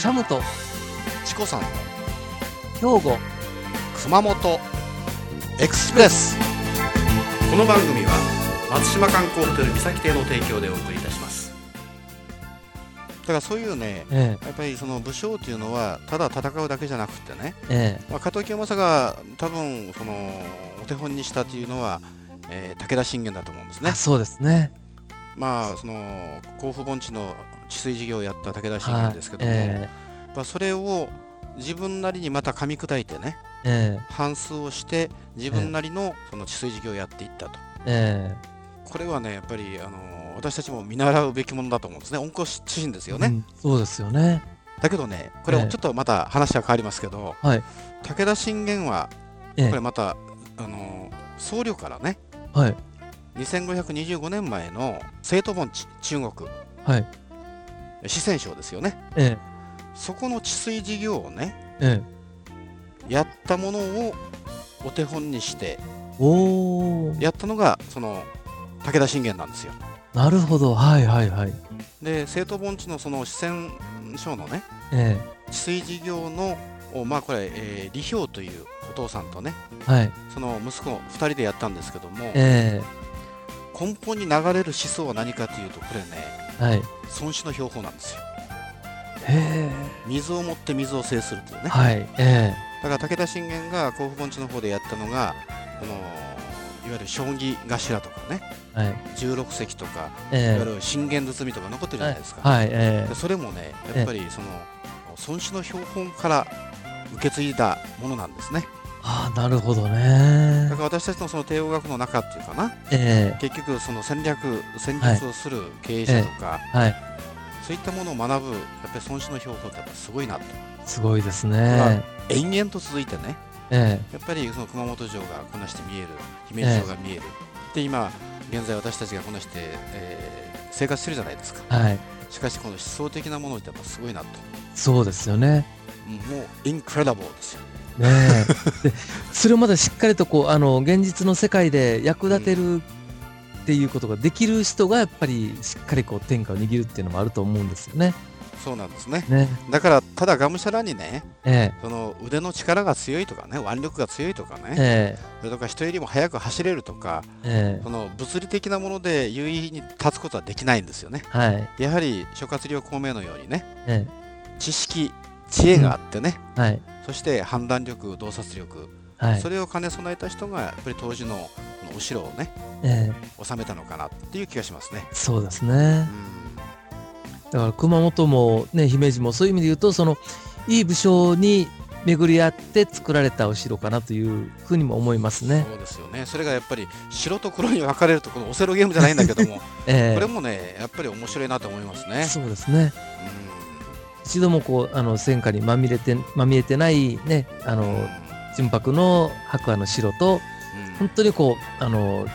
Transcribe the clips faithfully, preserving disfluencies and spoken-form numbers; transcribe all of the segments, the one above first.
シャムとチコさんの兵庫熊本エクスプレス。この番組は松島観光ホテル三崎邸の提供でお送りいたします。だからそういうね、 えやっぱりその武将というのはただ戦うだけじゃなくてね、 ええまあ、加藤清正が多分そのお手本にしたというのは、えー武田信玄だと思うんですね。 えあそうですね。 まあその甲府盆地の治水事業をやった武田信玄ですけども、 えまあ、それを自分なりにまた噛み砕いてね、 ええ反数をして自分なりのその治水事業をやっていったと。 ええこれはねやっぱりあの私たちも見習うべきものだと思うんですね。温故知新ですよね、 うん、そうですよね。 だけどねこれええちょっとまた話は変わりますけど、 はい。 武田信玄はええこれまたあの僧侶からねはいにせんごひゃくにじゅうごねんまえの西都盆地中国はい四川省ですよね。 えそこの治水事業をねえええやったものをお手本にしておおやったのがその武田信玄なんですよ。 なるほど。はいはいはい。 で西都盆地のその四川省のねえ治水事業のおまあこれ、えー、李氷というお父さんとねえはいその息子ふたりでやったんですけども、 え根本に流れる思想は何かというとこれねえはい孫子の標法なんですよ。 へえ水をもって水を制するというね。 はいえだから武田信玄が甲府盆地の方でやったのがこのいわゆる将棋頭とかねえはいじゅうろく石とかいわえゆる信玄包みとか残ってるじゃないですか、 えはいえでそれもねやっぱりその孫子の標本から受け継いだものなんですね。 ああなるほどねだから私たちのその帝王学の中っていうかなえ結局その戦略戦術をする経営者とか、 えはいそういったものを学ぶやっぱり孫子の標本ってやっぱすごいなとすごいですまね延々と続いてねえやっぱりその熊本城がこなして見える姫路城が見える、で今現在私たちがこなして、えー生活してるじゃないですか。 えはいしかしこの思想的なものってやっぱすごいなと、 そうですよねうんもうインクレダブルですよ。 ねえでそれをまだしっかりとこうあの現実の世界で役立てるっていうことができる人がやっぱりしっかりこう天下を握るっていうのもあると思うんですよね。 そうなんですね。 ねだからただがむしゃらにねえその腕の力が強いとかね腕力が強いとかえねえそれとか人よりも速く走れるとかえええその物理的なもので優位に立つことはできないんですよね。 はいやはり諸葛亮孔明のようにねえ知識知恵があってね、 えはいそして判断力洞察力、 はいそれを兼ね備えた人がやっぱり当時のこのお城をねええ治めたのかなっていう気がしますね。 そうですね。 うんだから熊本もね姫路もそういう意味で言うとそのいい武将に巡り合って作られたお城かなというふうにも思いますね。 そうですよね。それがやっぱり白と黒に分かれるとこのオセロゲームじゃないんだけどもええこれもねやっぱり面白いなと思いますね。 そうですね。 う一度もこうあの戦火にまみれてまみえてないねあんうんの純白の白亜の城とうん本当にこうあの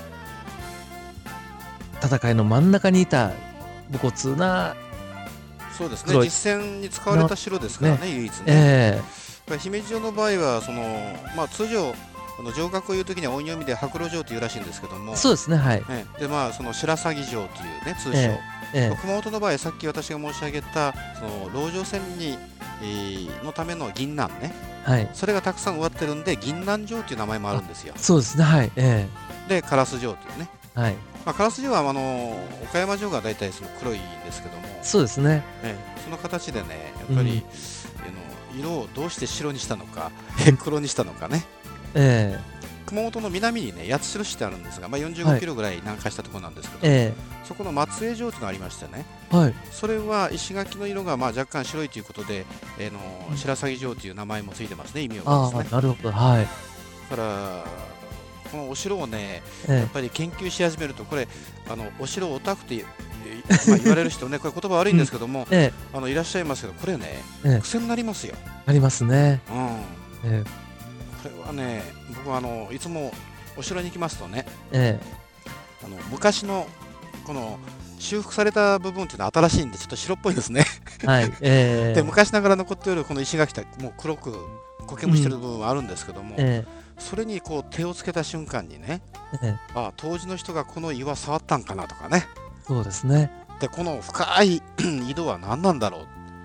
戦いの真ん中にいた武骨な、 そうですね。 黒い実戦に使われた城ですからね唯一ね。 えやっぱり姫路城の場合はその、まあ、通常あの城郭を言うときには音読みで白露城というらしいんですけどもえそうですねはい。 ねでまあその白鷺城というね通称、 えええ熊本の場合さっき私が申し上げたその籠城戦に、えーのための銀杏ねえはいそれがたくさん植わってるんで銀杏城という名前もあるんですよ。 そうですねはいえで烏城というね、 えはいまあ、烏城はあの岡山城が大体その黒いんですけども、 そうですねええその形でねやっぱり、 うんあの色をどうして白にしたのか黒にしたのかねえ熊本の南にね八代市ってあるんですが、まあ、よんじゅうごキロぐらい南下したところなんですけど、 ええそこの松江城というのがありましてねえはいそれは石垣の色がまあ若干白いということで、えーのうん白鷺城という名前もついてますね意味をあですね。 あなるほどはいだからこのお城をねえやっぱり研究し始めるとこれあのお城オタクって、えーまあ、言われる人ねこれ言葉悪いんですけども、 ええあのいらっしゃいますけどこれねええ癖になりますよ。 ありますねうんえこれはね僕はあのいつもお城に行きますとねええあの昔のこの修復された部分っていうのは新しいんでちょっと白っぽいですね。 えはいええで昔ながら残っているこの石垣ってもう黒く苔むしてる部分はあるんですけども、 えそれにこう手をつけた瞬間にねえええあ当時の人がこの岩触ったんかなとかねそうですねでこの深い井戸は何なんだろう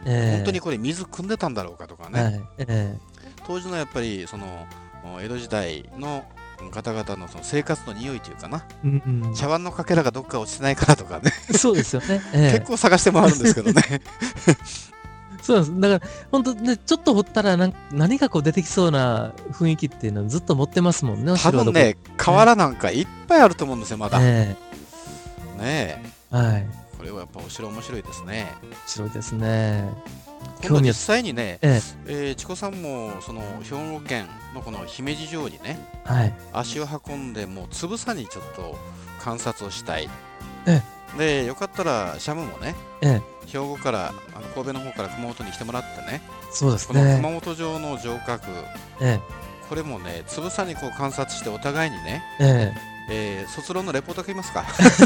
ええ、 本当にこれ水汲んでたんだろうかとかね、 はい、ええ、 当時のやっぱりその江戸時代の方々のその生活の匂いというかな、 うんうん、 茶碗のかけらがどっか落ちてないからとかねそうですよね、ええ、 結構探して回るんですけどねそうなんです。だから本当ね、ちょっと掘ったらなん何かこう出てきそうな雰囲気っていうのはずっと持ってますもんね。 多分ね、河原なんかいっぱいあると思うんですよ、まだ。ねえ、 え。 はい。 これはやっぱお城面白いですね。 面白いですね。 今度実際にね、 えええー、チコさんもその兵庫県のこの姫路城にね、 はい、 足を運んでもうつぶさにちょっと観察をしたい。 えで、よかったらシャムもね、 ええ、 兵庫からあの神戸の方から熊本に来てもらってね、 そうですね。 この熊本城の城郭、 ええ、 これもね、つぶさにこう観察してお互いにね、 えええー、卒論のレポート書きますか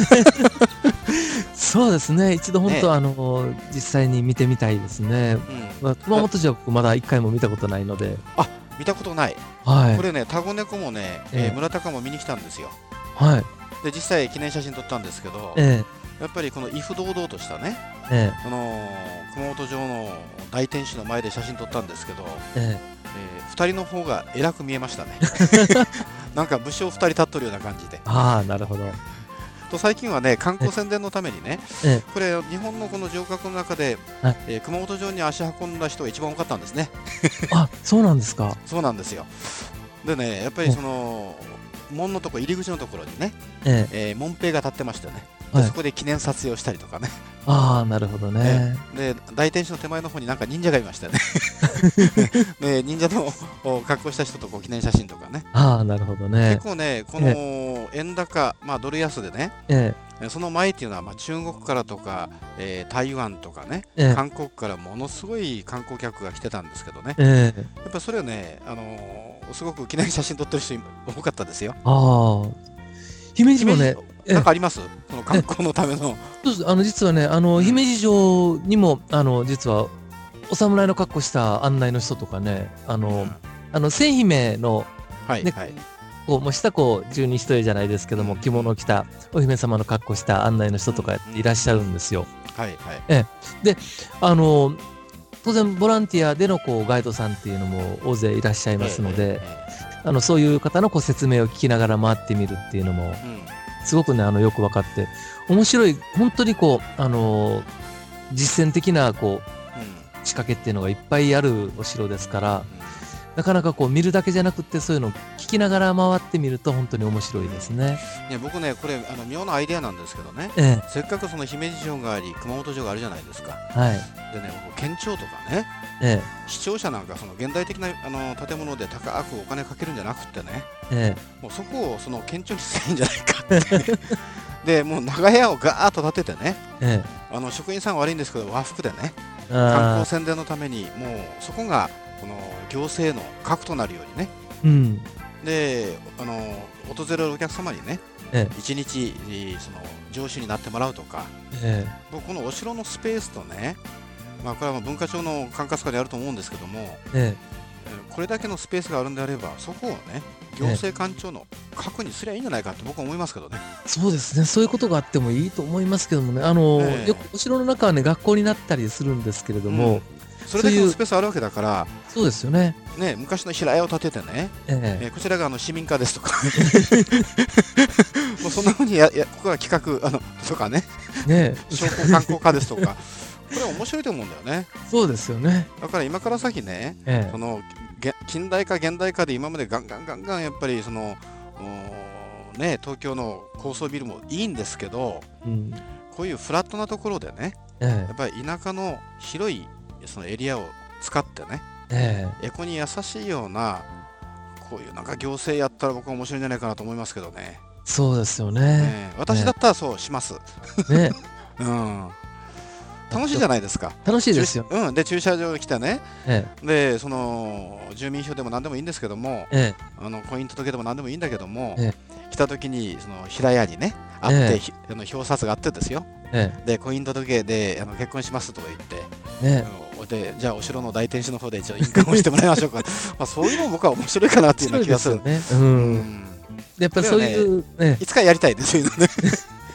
そうですね。一度本当、 ね、 あの実際に見てみたいですね。うん、まあ、熊本城はまだ一回も見たことないので。 あ、見たことない。 はい。 これね、タゴネコもね、えー、村高も見に来たんですよ。 はい。 で、実際記念写真撮ったんですけど、 ええ、やっぱりこの威風堂々としたね、 ええ、 あのー、熊本城の大天守の前で写真撮ったんですけど、 えええー、ふたりの方が偉く見えましたね。なんか武将ふたり立っとるような感じで。 ああ、なるほど。 と最近はね、観光宣伝のためにね、 ええ、 これ日本のこの城郭の中で、えー、熊本城に足運んだ人が一番多かったんですね。 あ、そうなんですか。 そうなんですよ。でね、やっぱりその門のとこ入り口のところにね、えええー、門兵が立ってましてね、で、はい、そこで記念撮影をしたりとかね。 ああ、なるほどね。 で、大天守の手前の方になんか忍者がいましたね。で、忍者の格好した人とこう記念写真とかね。 ああ、なるほどね。 結構ね、この円高、まあドル安でね、ええ、その前っていうのはまあ中国からとか、えー、台湾とかね、ええ、韓国からものすごい観光客が来てたんですけどね。ええ、やっぱそれはね、あのー、すごく記念写真撮ってる人多かったですよ。 ああ。姫路もね、 なんかあります？その観光のための。 そうです。あの実はね、あの姫路城にもあの実はお侍の格好した案内の人とかね、あの、うん、あの千姫の、 はいね、はい、 こうもう下こう十二一重じゃないですけども、うん、着物を着たお姫様の格好した案内の人とかいらっしゃるんですよ。 うん、はいはい。 えで、あの当然ボランティアでのこうガイドさんっていうのも大勢いらっしゃいますので、えええあのそういう方のこう説明を聞きながら回ってみるっていうのも、うん、すごくねあのよく分かって面白い、本当にこうあの実践的なこう、うん、仕掛けっていうのがいっぱいあるお城ですから、うん、なかなかこう見るだけじゃなくてそういうのを聞きながら回ってみると本当に面白いですね。 ね、僕ねこれあの妙なアイデアなんですけどね、ええ、せっかくその姫路城があり熊本城があるじゃないですか。はい、でね県庁とかね、ええ、市庁舎なんかその現代的なあの建物で高くお金かけるんじゃなくてね、ええ、もうそこをその県庁にすればいいんじゃないかってでもう長屋をガーッと建ててね、ええ、あの職員さんは悪いんですけど和服でね観光宣伝のためにもうそこがこの行政の核となるようにね、うん、であの訪れるお客様にね、ええ、一日その城主になってもらうとか、ええ、僕このお城のスペースとね、まあ、これは文化庁の管轄下であると思うんですけども、ええ、これだけのスペースがあるんであればそこをね行政官庁の核にすりゃいいんじゃないかって僕は思いますけどね。 そうですね、そういうことがあってもいいと思いますけどもね、あの、ええ、よくお城の中はね学校になったりするんですけれども、うん、 それだけのスペースあるわけだから、 そうですよね。 ね、昔の平屋を建ててね、えええー、こちらがあの市民課ですとかもうそんなふうにややここが企画あのとかね、ね商工観光課ですとかこれは面白いと思うんだよね。 そうですよね。 だから今から先ね、ええ、その近代化現代化で今までガンガンガンガンやっぱりそのね東京の高層ビルもいいんですけど、うん、こういうフラットなところでね、ええ、やっぱり田舎の広いそのエリアを使ってね、ええ、エコに優しいようなこういうなんか行政やったら僕は面白いんじゃないかなと思いますけどね。 そうですよね。 ね私だったらそうします。ね、うん、楽しいじゃないですか。 楽しいですよ。 うん、で駐車場に来たね、ええ、でその住民票でも何でもいいんですけども、ええ、あの婚姻届でも何でもいいんだけども、ええ、来た時にその平屋にねあって、ええ、あの表札があってですよ、ええ、で婚姻届であの結婚しますとか言って、ええでじゃあお城の大天守の方で一応印鑑をしてもらいましょうかまあそういうの僕は面白いかなっていうような気がする。 ね、うん、やっぱりそういう、ね、 いつかやりたいですよね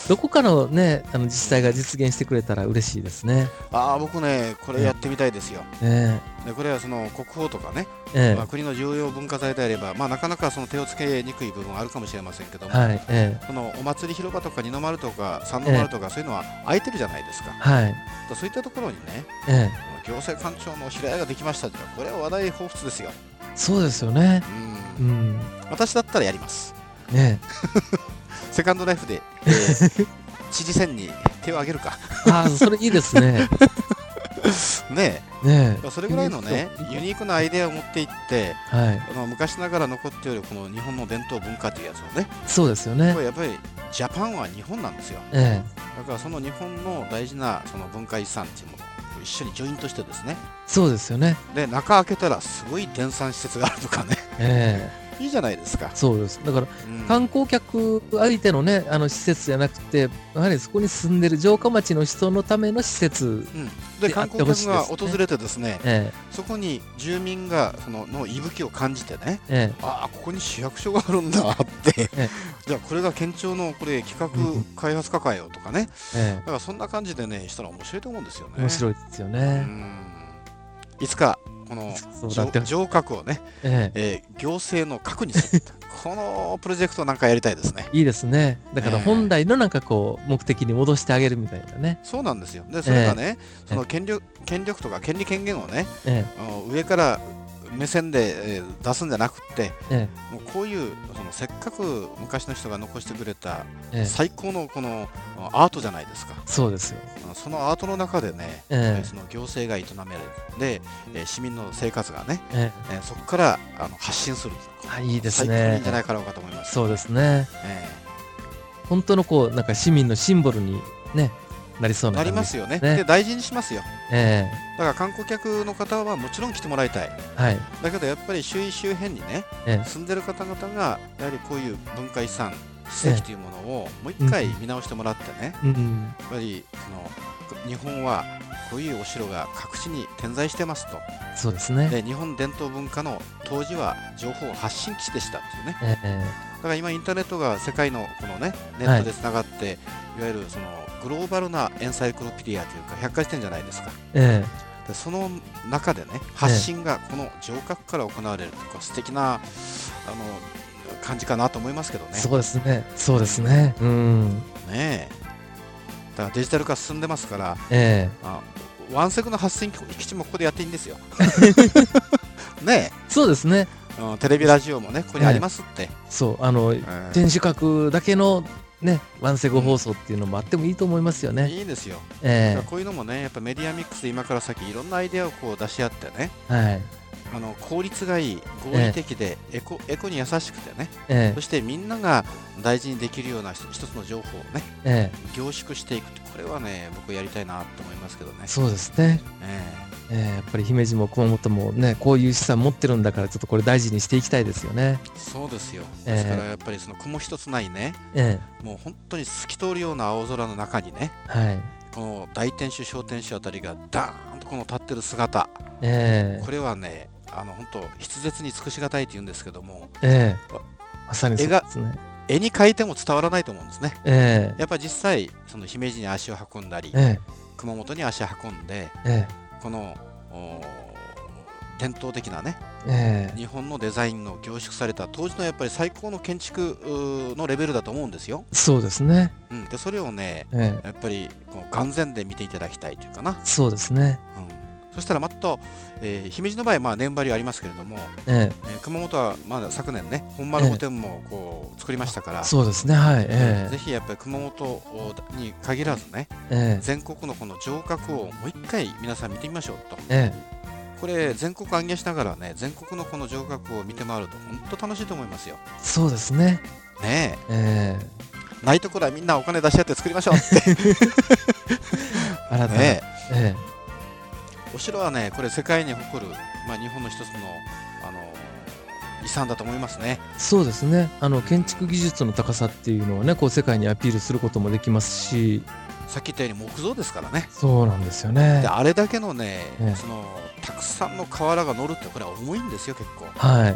どこかのね、あの自治体が実現してくれたら嬉しいですね。 ああ、僕ね、これやってみたいですよ。 えー、でこれはその国宝とかね、 えーまあ、国の重要文化財であれば、まあ、なかなかその手をつけにくい部分はあるかもしれませんけども、 はい、えそのお祭り広場とか二の丸とか三の丸とか、そういうのは空いてるじゃないですか。 はい、 そういったところにね、 えー、行政官庁の平屋ができましたっていうのは、これは話題彷彿ですよ。 そうですよね。 うん、 うん、 私だったらやります。 ねセカンドライフで、えー、知事選に手を挙げるか。 ああ、それいいですね。 ねえ、ねそれぐらいのね、ユニークなアイデアを持っていって、 はい、 あの昔ながら残っているこの日本の伝統文化というやつをね、 そうですよね。 これやっぱりジャパンは日本なんですよ。 えだからその日本の大事なその文化遺産っていうものを一緒にジョイントしてですね、 そうですよね。 で中開けたらすごい電産施設があるとかね、 ええ、 いいじゃないですか。 そうです。だから、 うん、 観光客相手のね、あの施設じゃなくて、やはりそこに住んでる城下町の人のための施設、 うん、で観光客が訪れてですね、 ええ、 そこに住民がそのの息吹を感じてね、 ええ、 ああここに市役所があるんだって、 ええ、 じゃあこれが県庁のこれ企画開発課かよとかね、 ええ、 だからそんな感じでねしたら面白いと思うんですよね。 面白いですよね。 うん、いつかこの城郭をね、えええー、行政の核にするこのプロジェクトなんかやりたいですね。 いいですね。だから本来のなんかこう目的に戻してあげるみたいなね。 そうなんですよ。でそれがね、えー、その権力権力とか権利権限をね、えー、上から目線で出すんじゃなくて、ええ、もうこういうそのせっかく昔の人が残してくれた最高のこのアートじゃないですか。 そうですよ。 そのアートの中でね、ええ、その行政が営めるで市民の生活がね、ええ、そこからあの発信する。 あ、いいですね。 最高にいいんじゃないかろうかと思います。 そうですね。ええ、本当のこうなんか市民のシンボルにね。なりそうな、 ね、なりますよね。で大事にしますよ、 えー、だから観光客の方はもちろん来てもらいたい、はい、だけどやっぱり周囲周辺にね、えー、住んでる方々がやはりこういう文化遺産史跡というものをもう一回見直してもらってね、えーうん、やっぱりその日本はこういうお城が各地に点在してますと。 そうですね。 で日本伝統文化の当時は情報発信基地でしたっていうね、えー、だから今インターネットが世界のこのねネットでつながって、はい、いわゆるそのグローバルなエンサイクロペディアというか百科事典じゃないですか、ええ、でその中でね発信がこの城郭から行われるとか素敵なあの感じかなと思いますけどね。 そうですね、そうですね、うん、 ねえ、だからデジタル化進んでますから、ええ、あワンセグの発信基地もここでやっていいんですよねえ、 そうですね、 うん、テレビラジオもねここにありますって、ええ、 そうあの、ええ、天守閣だけのね、ワンセグ放送っていうのもあってもいいと思いますよね。 いいですよ、えー、こういうのもねやっぱメディアミックスで今から先いろんなアイデアをこう出し合ってね、はい、あの効率がいい合理的で、えー、エコ、エコに優しくてね、えー、そしてみんなが大事にできるような一つの情報をね、えー、凝縮していく、これはね僕やりたいなと思いますけどね。 そうですね、えーえー、やっぱり姫路も熊本もねこういう資産持ってるんだからちょっとこれ大事にしていきたいですよね。 そうですよ。ですからやっぱりその雲一つないね、えー、もう本当に透き通るような青空の中にね、はい、この大天守小天守あたりがダーンとこの立ってる姿、えー、これはねあの本当筆舌に尽くしがたいと言うんですけども、えー、まさにそうですね。絵に描いても伝わらないと思うんですね、えー、やっぱり実際その姫路に足を運んだり、えー、熊本に足を運んで、えーこの伝統的なね、えー、日本のデザインの凝縮された当時のやっぱり最高の建築のレベルだと思うんですよ。 そうですね、うん、 でそれをね、えー、やっぱりこう眼前で見ていただきたいというかな。 そうですね、うん、 そしたらまた、えー、姫路の場合はまあ年張りありますけれども、えーえー、熊本はまだ昨年ね本丸御殿もこう作りましたから、えー、 そうですね、はい、 えー、ぜひやっぱり熊本に限らずね、えー、全国のこの城郭をもう一回皆さん見てみましょうと、えー、これ全国暗記しながらね全国のこの城郭を見て回ると本当楽しいと思いますよ。 そうですね、 ねえ、えー、ないところはみんなお金出し合って作りましょうって新たな、ねえーお城はねこれ世界に誇る、まあ、日本の一つの、あのー、遺産だと思いますね。 そうですね、あの建築技術の高さっていうのはねこう世界にアピールすることもできますし、 さっき言ったように木造ですからね。 そうなんですよね。 であれだけのね、ええ、そのたくさんの瓦が乗るってこれは重いんですよ結構。 はい。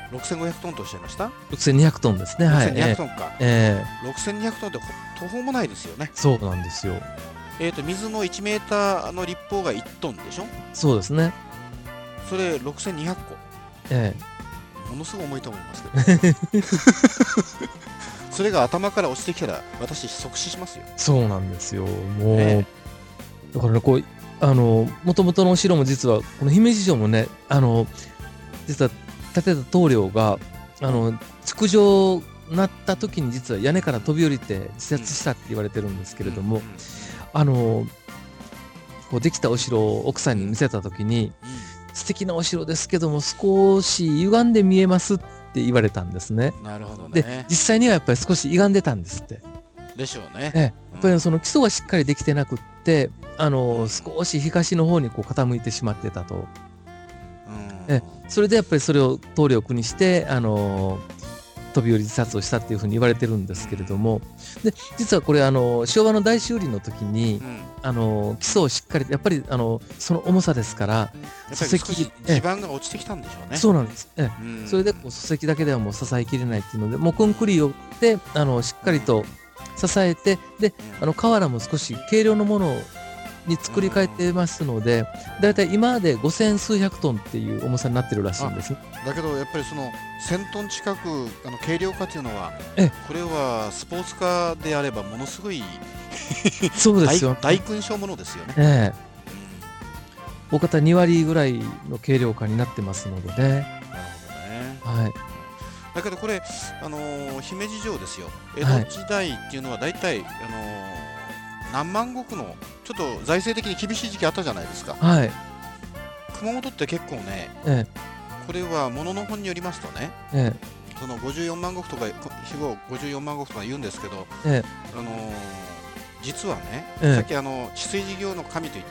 ろくせんごひゃくトンとおっしゃいました？ ろくせんにひゃくトンですね。はい。 ろくせんにひゃくトンか。 ええー、ろくせんにひゃくトンって途方もないですよね。 そうなんですよ。 えっと水のいちメーターの立方がいちトンでしょ。 そうですね。 それろくせんにひゃっこ。 ええ、ものすごい重いと思いますけど。それが頭から落ちてきたら私即死しますよ。 そうなんですよ。もう、えー、だからね、こうあの元々のお城も実はこの姫路城もね、あの実は建てた棟梁があの築城なった時に実は屋根から飛び降りて自殺したって言われてるんですけれども、うんうんうん、あのこうできたお城を奥さんに見せた時に、うん、素敵なお城ですけども少し歪んで見えますって言われたんですね。 なるほどね。 で実際にはやっぱり少し歪んでたんですって。 でしょうね。 えやっぱりその基礎がしっかりできてなくって、あの少し東の方にこう傾いてしまってたと。うん、えそれでやっぱりそれを棟梁にしてあの飛び降り自殺をしたっていうふうに言われてるんですけれども、で実はこれあの昭和の大修理の時に、うん、あの基礎をしっかりやっぱりあのその重さですから礎石地盤が落ちてきたんでしょうね。 そうなんです。え、うん、それでこう礎石だけではもう支えきれないっていうのでもうコンクリをであのしっかりと支えてで、うん、あの瓦も少し軽量のものに作り変えてますので、だいたい今でごせん数百トンっていう重さになってるらしいんです。 だけどやっぱりそのせんトン近くあの軽量化というのはこれはスポーツカーであればものすごいそうですよ大勲章ものですよね。 ええ、大方に割ぐらいの軽量化になってますのでね。 なるほどね。 はい。 だけどこれ、あのー、姫路城ですよ。江戸時代っていうのは大体、はい、あのー、何万石のちょっと財政的に厳しい時期あったじゃないですか。 はい。 熊本って結構ね、 ええ、これは物の本によりますとね、 ええ、 そのごじゅうよんまん石とか肥後ごじゅうよんまん石とか言うんですけど、 ええ、 あのー、実はね、 ええ、 さっきあの治水事業の神といった、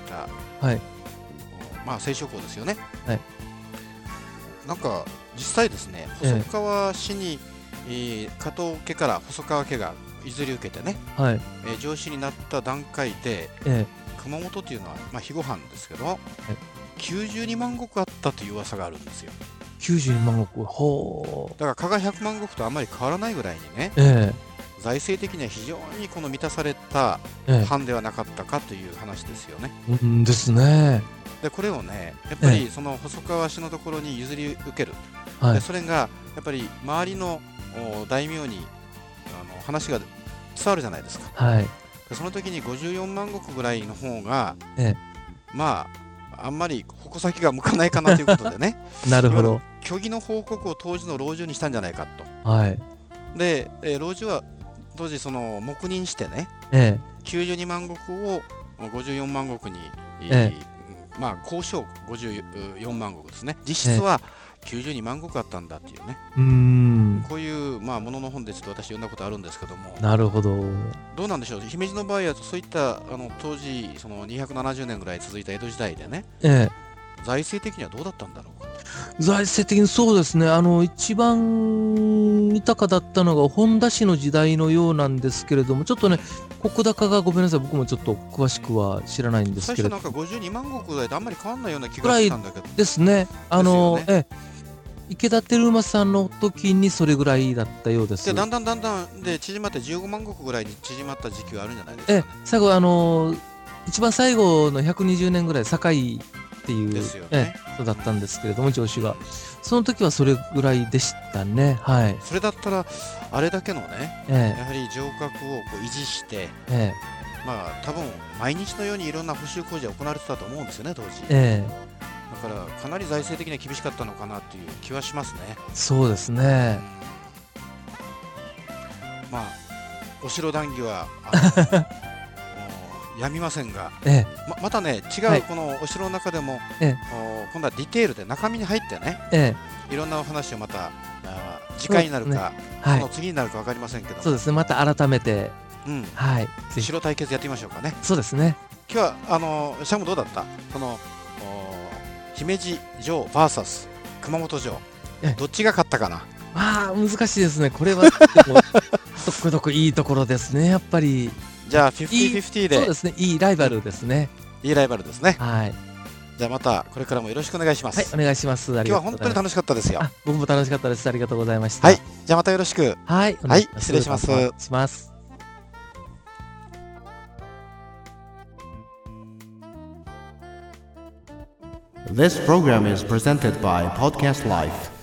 はい、 まあ清少校ですよね。 はい、 なんか実際ですね、細川氏に、えー、加藤家から細川家が譲り受けてね、 はい、 えー、城主になった段階で、 ええ、 熊本というのは、まあ、肥後藩ですけど、はい、きゅうじゅうにまん石あったという噂があるんですよ。 きゅうじゅうにまん石、ほう。だから加賀ひゃくまん石とあまり変わらないぐらいにね、 ええ、財政的には非常にこの満たされた藩ではなかったかという話ですよね。 ええ、うんですね。 でこれをねやっぱりその細川氏のところに譲り受ける、はい、でそれがやっぱり周りの大名にあの話が伝わるじゃないですか。 はい、 でその時にごじゅうよんまん石ぐらいの方が、 ええ、まああんまり矛先が向かないかなということでねなるほど。 虚偽の報告を当時の老中にしたんじゃないかと。はい、 で、えー、老中は当時その黙認してね、 ええ、 きゅうじゅうにまん石をごじゅうよんまん石に、 ええ、 まあ交渉ごじゅうよんまん石ですね。実質はきゅうじゅうにまん石あったんだっていうね。 うーん、 こういうまあものの本でちょっと私読んだことあるんですけども。 なるほど。 どうなんでしょう。姫路の場合はそういったあの当時そのにひゃくななじゅうねんぐらい続いた江戸時代でね。 ええ、 財政的にはどうだったんだろうか。 財政的にそうですね。あの一番豊かだったのが本田氏の時代のようなんですけれども、ちょっとね石高がごめんなさい、僕もちょっと詳しくは知らないんですけれど、 最初なんかごじゅうにまん石ぐらいであんまり変わんないような気がしたんだけど。 ですね。あのね、え池田輝馬さんの時にそれぐらいだったようです。 でだんだんだんだんで縮まってじゅうごまん石ぐらいに縮まった時期はあるんじゃないですか、ね。 え最後あの一番最後のひゃくにじゅうねんぐらい堺っていうですよね、 えそうだったんですけれども、城主がその時はそれぐらいでしたね。はい。 それだったらあれだけのね、 ええ、 やはり城郭をこう維持して、 ええ、 まあ多分毎日のようにいろんな補修工事が行われてたと思うんですよね当時。 ええ、 だからかなり財政的には厳しかったのかなっていう気はしますね。 そうですね。 うん、まあお城談義はやみませんが、 ええ、 ま, またね違うこのお城の中でも、 ええ、 今度はディテールで中身に入ってね、 ええ、いろんなお話をまた次回になるか、ね、はい、その次になるか分かりませんけども、 そうですね、また改めて、 うん、 はい、 城対決やってみましょうかね。 そうですね。 今日はあのシャムどうだった？その姫路城 ブイエス 熊本城、どっちが勝ったかな。 まあ難しいですねこれは。どこどこいいところですねやっぱり。 じゃあフィフティーフィフティーで。 そうですね、いいライバルですね。 いいライバルですね。 はい。 じゃあまたこれからもよろしくお願いします。 はい、お願いします。 今日は本当に楽しかったですよ。 僕も楽しかったです。ありがとうございました。 はい、じゃあまたよろしく。 はい、 はい、失礼します。 します。 This program is presented by Podcast Life.